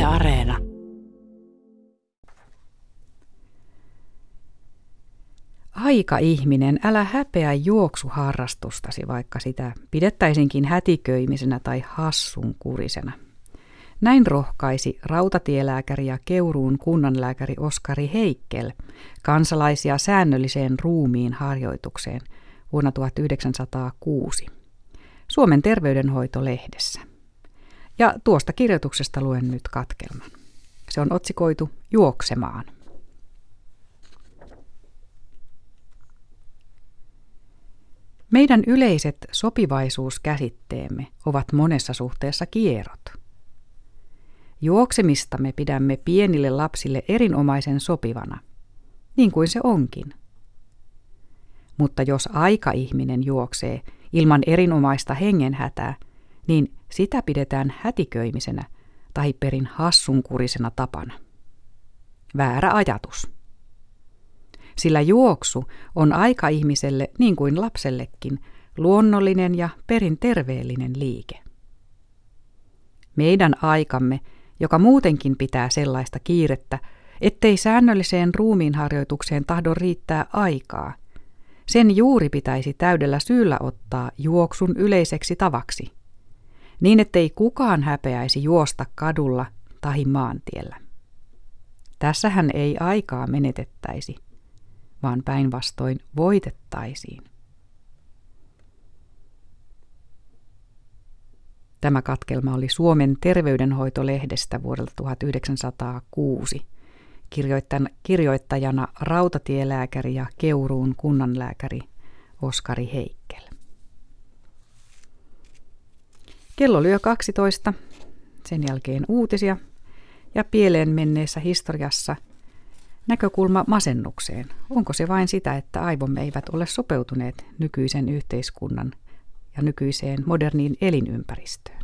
Areena. Aika-ihminen, älä häpeä juoksuharrastustasi, vaikka sitä pidettäisinkin hätiköimisenä tai hassunkurisena. Näin rohkaisi rautatielääkäri ja Keuruun kunnanlääkäri Oskari Heikkel kansalaisia säännölliseen ruumiin harjoitukseen vuonna 1906 Suomen terveydenhoito-lehdessä. Ja tuosta kirjoituksesta luen nyt katkelman. Se on otsikoitu Juoksemaan. Meidän yleiset sopivaisuuskäsitteemme ovat monessa suhteessa kierrot. Juoksemista me pidämme pienille lapsille erinomaisen sopivana, niin kuin se onkin. Mutta jos aika-ihminen juoksee ilman erinomaista hengenhätää, niin sitä pidetään hätiköimisenä tai perin hassunkurisena tapana. Väärä ajatus. Sillä juoksu on aika-ihmiselle, niin kuin lapsellekin, luonnollinen ja perin terveellinen liike. Meidän aikamme, joka muutenkin pitää sellaista kiirettä, ettei säännölliseen ruumiinharjoitukseen tahdo riittää aikaa, sen juuri pitäisi täydellä syyllä ottaa juoksun yleiseksi tavaksi, niin ettei kukaan häpeäisi juosta kadulla tai maantiellä. Tässähän ei aikaa menetettäisi, vaan päinvastoin voitettaisiin. Tämä katkelma oli Suomen terveydenhoito-lehdestä vuodelta 1906, kirjoittajana rautatielääkäri ja Keuruun kunnanlääkäri Oskari Heikkel. Kello lyö 12, sen jälkeen uutisia ja pieleen menneessä historiassa näkökulma masennukseen. Onko se vain sitä, että aivomme eivät ole sopeutuneet nykyisen yhteiskunnan ja nykyiseen moderniin elinympäristöön?